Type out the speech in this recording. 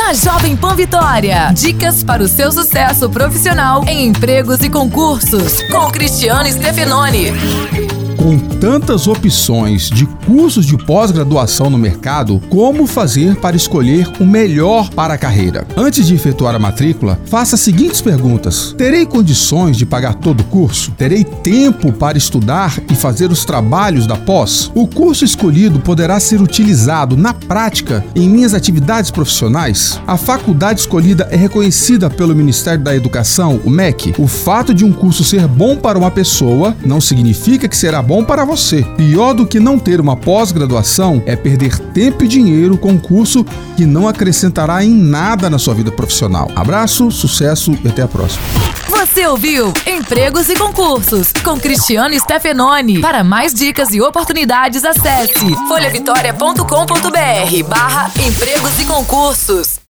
na Jovem Pan Vitória. Dicas para o seu sucesso profissional em empregos e concursos, com Cristiano Stefanoni. Com tantas opções de cursos de pós-graduação no mercado, como fazer para escolher o melhor para a carreira? Antes de efetuar a matrícula, faça as seguintes perguntas: terei condições de pagar todo o curso? Terei tempo para estudar e fazer os trabalhos da pós? O curso escolhido poderá ser utilizado na prática em minhas atividades profissionais? A faculdade escolhida é reconhecida pelo Ministério da Educação, o MEC? O fato de um curso ser bom para uma pessoa não significa que será bom para você. Pior do que não ter uma pós-graduação é perder tempo e dinheiro com um curso que não acrescentará em nada na sua vida profissional. Abraço, sucesso e até a próxima. Você ouviu Empregos e Concursos com Cristiano Stefanoni. Para mais dicas e oportunidades, acesse folhavitória.com.br/empregos e concursos.